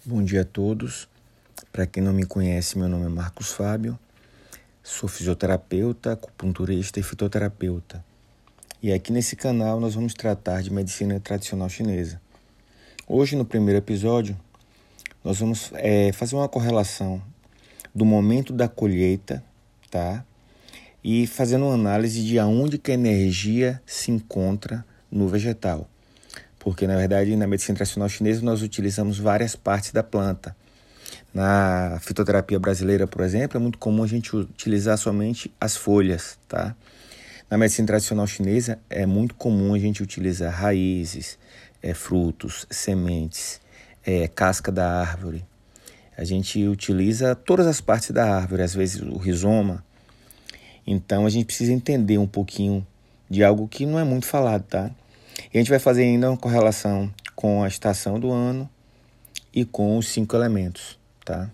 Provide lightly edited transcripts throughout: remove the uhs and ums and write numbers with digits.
Bom dia a todos. Para quem não me conhece, meu nome é Marcos Fábio. Sou fisioterapeuta, acupunturista e fitoterapeuta. E aqui nesse canal nós vamos tratar de medicina tradicional chinesa. Hoje, no primeiro episódio, nós vamos fazer uma correlação do momento da colheita, tá? E fazendo uma análise de aonde que a energia se encontra no vegetal. Porque, na verdade, na medicina tradicional chinesa nós utilizamos várias partes da planta. Na fitoterapia brasileira, por exemplo, é muito comum a gente utilizar somente as folhas, tá? Na medicina tradicional chinesa é muito comum a gente utilizar raízes, frutos, sementes, casca da árvore. A gente utiliza todas as partes da árvore, às vezes o rizoma. Então a gente precisa entender um pouquinho de algo que não é muito falado, tá? E a gente vai fazer ainda uma correlação com a estação do ano e com os 5 elementos, tá?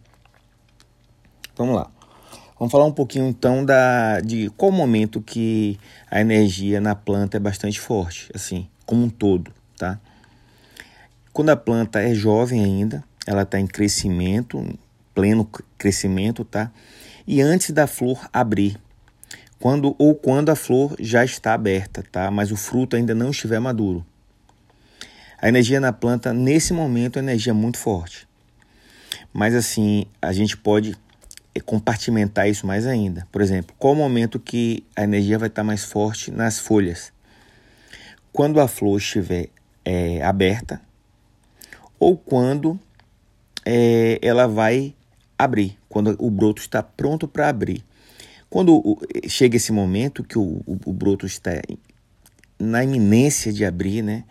Vamos lá. Vamos falar um pouquinho então de qual momento que a energia na planta é bastante forte, assim, como um todo, tá? Quando a planta é jovem ainda, ela está em crescimento, pleno crescimento, tá? E antes da flor abrir, quando a flor já está aberta, tá? Mas o fruto ainda não estiver maduro. A energia na planta, nesse momento, é energia muito forte. Mas assim, a gente pode compartimentar isso mais ainda. Por exemplo, qual o momento que a energia vai estar mais forte nas folhas? Quando a flor estiver aberta ou quando ela vai abrir, quando o broto está pronto para abrir. Quando chega esse momento que o broto está na iminência de abrir, né?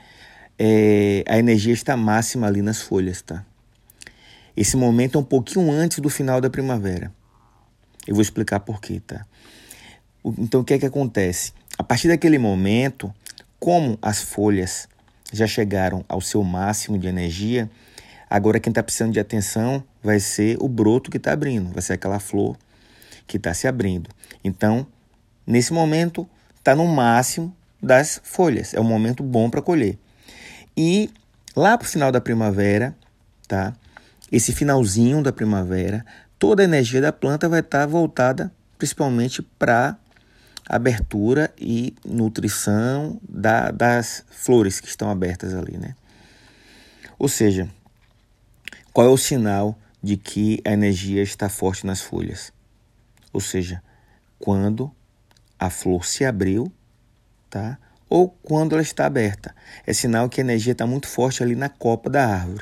A energia está máxima ali nas folhas, tá? Esse momento é um pouquinho antes do final da primavera. Eu vou explicar por quê, tá? Então, o que é que acontece? A partir daquele momento, como as folhas já chegaram ao seu máximo de energia, agora quem está precisando de atenção vai ser o broto que está abrindo, vai ser aquela flor que está se abrindo. Então, nesse momento, está no máximo das folhas. É um momento bom para colher. E lá para o final da primavera, tá? Esse finalzinho da primavera, toda a energia da planta vai estar voltada principalmente para abertura e nutrição das flores que estão abertas ali, né? Ou seja, qual é o sinal de que a energia está forte nas folhas? Ou seja, quando a flor se abriu, tá? Ou quando ela está aberta. É sinal que a energia está muito forte ali na copa da árvore.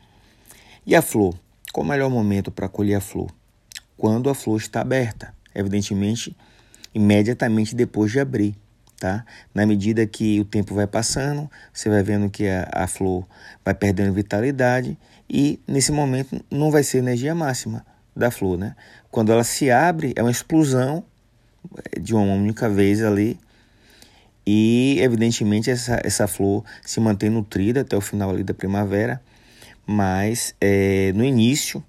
E a flor? Qual o melhor momento para colher a flor? Quando a flor está aberta. Evidentemente, imediatamente depois de abrir, tá? Na medida que o tempo vai passando, você vai vendo que a flor vai perdendo vitalidade e, nesse momento, não vai ser energia máxima da flor, né? Quando ela se abre, é uma explosão de uma única vez ali e, evidentemente, essa flor se mantém nutrida até o final ali da primavera, mas no início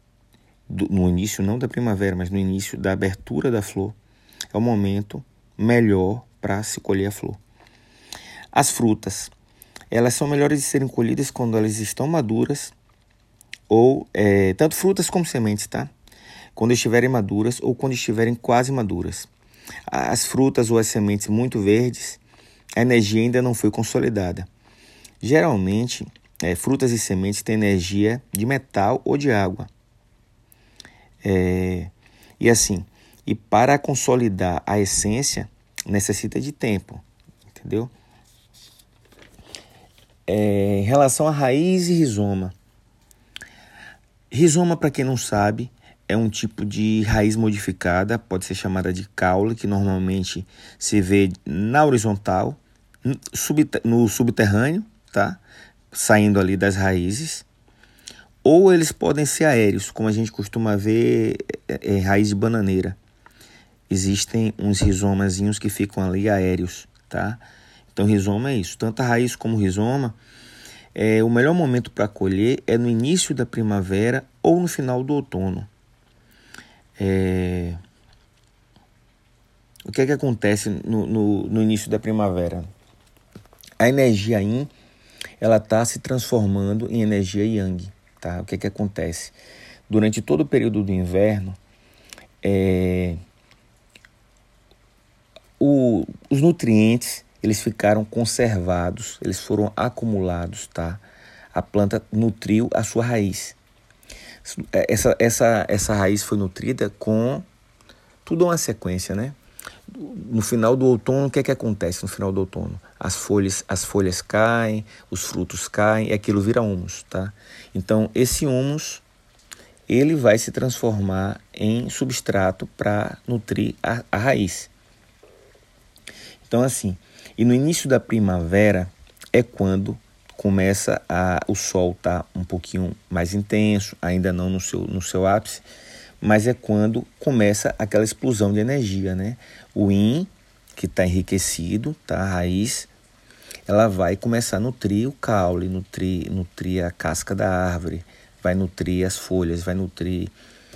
não da primavera, mas no início da abertura da flor, é o momento melhor para se colher a flor. As frutas, elas são melhores de serem colhidas quando elas estão maduras, ou tanto frutas como sementes, tá? Quando estiverem maduras ou quando estiverem quase maduras. As frutas ou as sementes muito verdes, a energia ainda não foi consolidada. Geralmente, frutas e sementes têm energia de metal ou de água. E para consolidar a essência, necessita de tempo, entendeu? Em relação a raiz e rizoma. Rizoma, para quem não sabe, é um tipo de raiz modificada, pode ser chamada de caule, que normalmente se vê na horizontal, no subterrâneo, tá? Saindo ali das raízes. Ou eles podem ser aéreos, como a gente costuma ver raiz de bananeira. Existem uns rizomazinhos que ficam ali aéreos, tá? Então, rizoma é isso. Tanto a raiz como o rizoma, o melhor momento para colher é no início da primavera ou no final do outono. O que é que acontece no início da primavera? A energia Yin, ela está se transformando em energia Yang, tá? O que que acontece? Durante todo o período do inverno, os nutrientes eles ficaram conservados, eles foram acumulados, tá? A planta nutriu a sua raiz. Essa raiz foi nutrida com tudo uma sequência, né? No final do outono, o que é que acontece no final do outono? As folhas caem, os frutos caem e aquilo vira humus, tá? Então, esse humus, ele vai se transformar em substrato para nutrir a raiz. Então, assim, e no início da primavera é quando começa o sol tá um pouquinho mais intenso, ainda não no seu ápice, mas é quando começa aquela explosão de energia, né? O yin, que está enriquecido, tá? A raiz, ela vai começar a nutrir o caule, nutrir a casca da árvore, vai nutrir as folhas, vai nutrir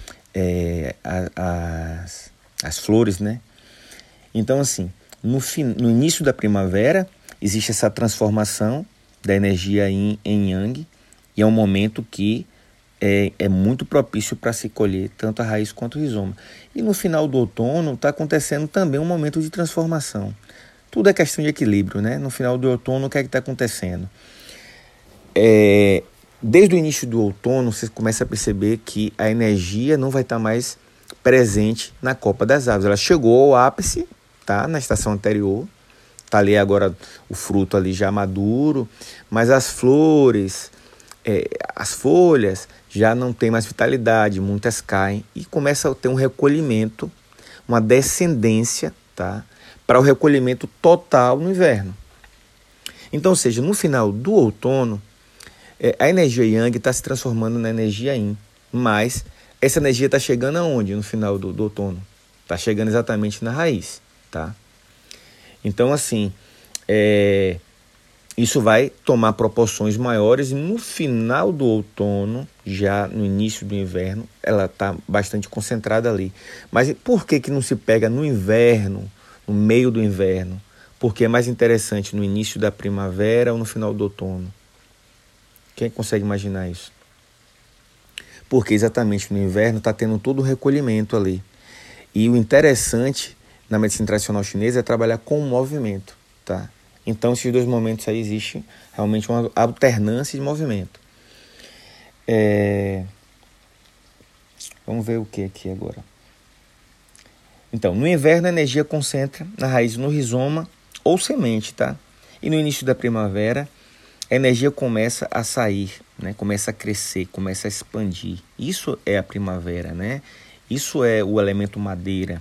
as flores, né? Então, assim, no início da primavera, existe essa transformação da energia yin em yang, e é um momento que é muito propício para se colher tanto a raiz quanto o rizoma. E no final do outono está acontecendo também um momento de transformação. Tudo é questão de equilíbrio, né? No final do outono, o que é que está acontecendo? Desde o início do outono, você começa a perceber que a energia não vai estar mais presente na copa das árvores. Ela chegou ao ápice, tá? Na estação anterior, está ali agora o fruto ali já maduro, mas as flores, as folhas já não tem mais vitalidade, muitas caem e começa a ter um recolhimento, uma descendência, tá? Para o recolhimento total no inverno. Então, ou seja, no final do outono, a energia yang está se transformando na energia yin, mas essa energia está chegando aonde no final do outono? Está chegando exatamente na raiz, tá? Então, assim, isso vai tomar proporções maiores e no final do outono, já no início do inverno, ela está bastante concentrada ali. Mas por que não se pega no inverno, no meio do inverno? Porque é mais interessante no início da primavera ou no final do outono? Quem consegue imaginar isso? Porque exatamente no inverno está tendo todo o recolhimento ali. E o interessante na medicina tradicional chinesa é trabalhar com o movimento, tá? Então, esses dois momentos aí existe realmente uma alternância de movimento. Vamos ver o que aqui agora. Então, no inverno a energia concentra na raiz, no rizoma ou semente, tá? E no início da primavera a energia começa a sair, né? Começa a crescer, começa a expandir. Isso é a primavera, né? Isso é o elemento madeira.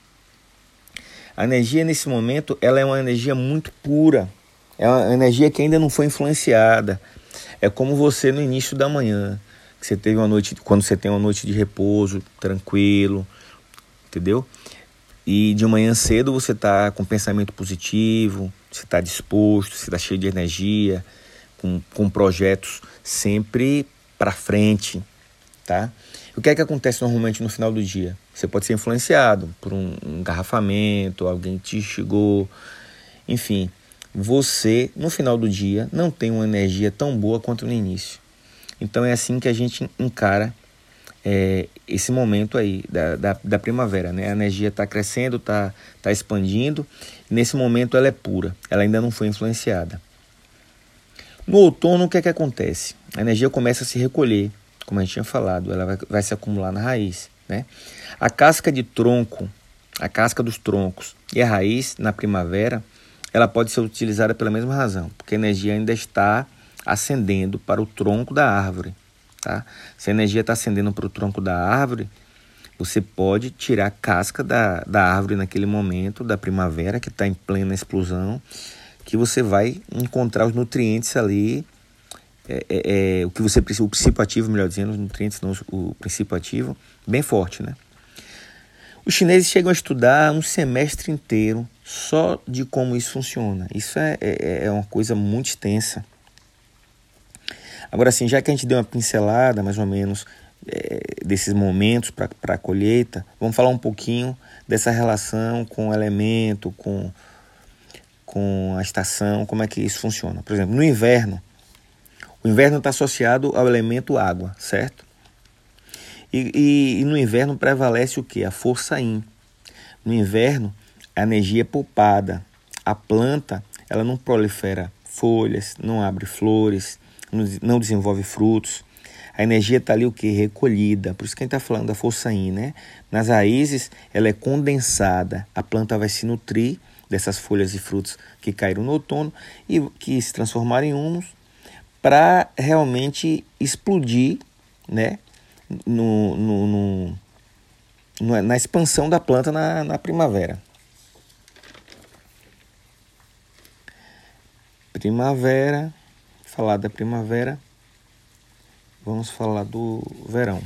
A energia nesse momento ela é uma energia muito pura, é uma energia que ainda não foi influenciada. É como você no início da manhã, que você teve uma noite, quando você tem uma noite de repouso, tranquilo, entendeu? E de manhã cedo você está com pensamento positivo, você está disposto, você está cheio de energia, com projetos sempre para frente, tá? O que é que acontece normalmente no final do dia? Você pode ser influenciado por um engarrafamento, alguém te instigou, enfim. Você, no final do dia, não tem uma energia tão boa quanto no início. Então é assim que a gente encara esse momento aí da primavera, né? A energia está crescendo, está expandindo. Nesse momento ela é pura, ela ainda não foi influenciada. No outono, o que é que acontece? A energia começa a se recolher, como a gente tinha falado, ela vai se acumular na raiz, né? A casca de tronco, a casca dos troncos e a raiz, na primavera, ela pode ser utilizada pela mesma razão, porque a energia ainda está ascendendo para o tronco da árvore, tá? Se a energia está ascendendo para o tronco da árvore, você pode tirar a casca da árvore naquele momento da primavera, que está em plena explosão, que você vai encontrar os nutrientes ali, o que você precisa, o princípio ativo, melhor dizendo, os nutrientes, não o princípio ativo, bem forte, né? Os chineses chegam a estudar um semestre inteiro só de como isso funciona. Isso é uma coisa muito extensa. Agora, assim, já que a gente deu uma pincelada, mais ou menos, desses momentos para a colheita, vamos falar um pouquinho dessa relação com o elemento, com a estação, como é que isso funciona. Por exemplo, no inverno, O inverno está associado ao elemento água, certo? E no inverno prevalece o quê? A força Yin. No inverno, a energia é poupada. A planta, ela não prolifera folhas, não abre flores, não desenvolve frutos. A energia está ali o quê? Recolhida. Por isso que a gente está falando da força Yin, né? Nas raízes, ela é condensada. A planta vai se nutrir dessas folhas e frutos que caíram no outono e que se transformaram em humus para realmente explodir, né? Na expansão da planta na primavera. Primavera, falar da primavera, vamos falar do verão.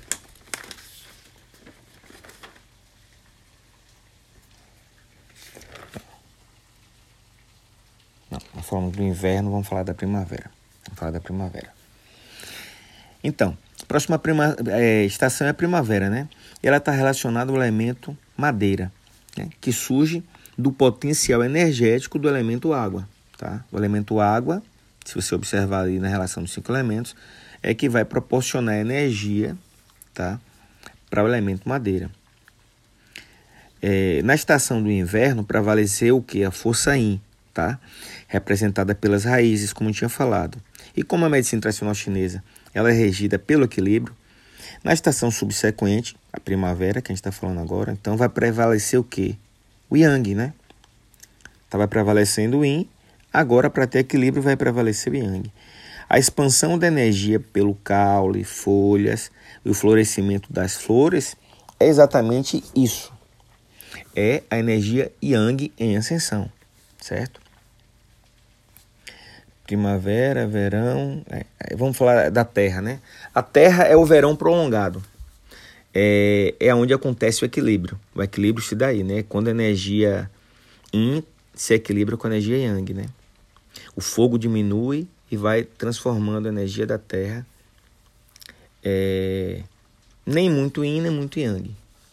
Não, nós falamos do inverno, vamos falar da primavera. Então, a próxima estação é a primavera, né? E ela está relacionada ao elemento madeira, né? Que surge do potencial energético do elemento água, tá? O elemento água, se você observar ali na relação dos 5 elementos, é que vai proporcionar energia, tá? Para o elemento madeira. Na estação do inverno prevaleceu o que? A força Yin, tá? Representada pelas raízes, como eu tinha falado. E como a medicina tradicional chinesa ela é regida pelo equilíbrio, na estação subsequente, a primavera, que a gente está falando agora, então vai prevalecer o quê? O Yang, né? Estava prevalecendo o Yin, agora para ter equilíbrio vai prevalecer o Yang. A expansão da energia pelo caule, folhas e o florescimento das flores é exatamente isso. É a energia Yang em ascensão, certo? Primavera, verão, vamos falar da Terra, né? A Terra é o verão prolongado, é onde acontece o equilíbrio se dá aí, né? Quando a energia Yin se equilibra com a energia Yang, né? O fogo diminui e vai transformando a energia da Terra, nem muito Yin, nem muito Yang.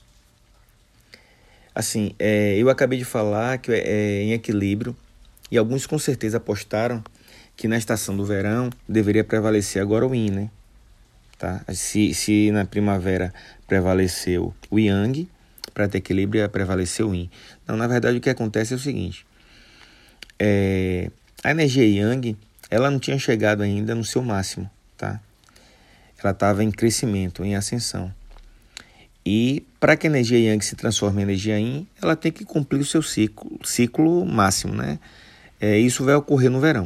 Assim, eu acabei de falar que é em equilíbrio, e alguns com certeza apostaram que na estação do verão deveria prevalecer agora o Yin, né? Tá? Se na primavera prevaleceu o Yang, para ter equilíbrio ia prevalecer o Yin. Não, na verdade o que acontece é o seguinte, a energia Yang, ela não tinha chegado ainda no seu máximo, tá? Ela estava em crescimento, em ascensão. E para que a energia Yang se transforme em energia Yin, ela tem que cumprir o seu ciclo máximo, né? Isso vai ocorrer no verão.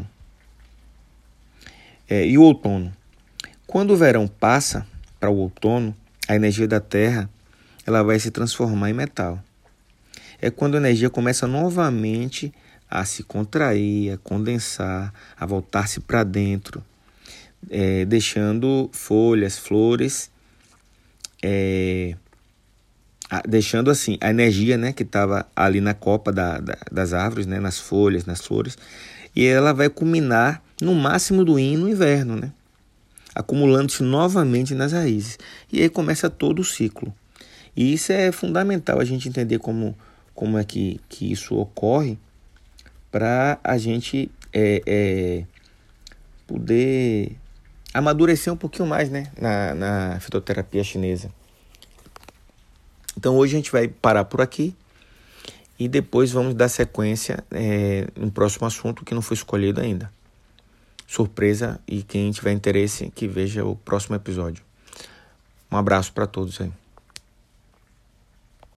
E o outono? Quando o verão passa para o outono, a energia da Terra ela vai se transformar em metal. É quando a energia começa novamente a se contrair, a condensar, a voltar-se para dentro, deixando folhas, flores, deixando assim a energia, né, que estava ali na copa das árvores, né, nas folhas, nas flores, e ela vai culminar no máximo do Yin no inverno, né? Acumulando-se novamente nas raízes. E aí começa todo o ciclo. E isso é fundamental a gente entender como é que isso ocorre para a gente poder amadurecer um pouquinho mais, né? Na fitoterapia chinesa. Então hoje a gente vai parar por aqui e depois vamos dar sequência no próximo assunto que não foi escolhido ainda. Surpresa, e quem tiver interesse que veja o próximo episódio. Um abraço para todos aí.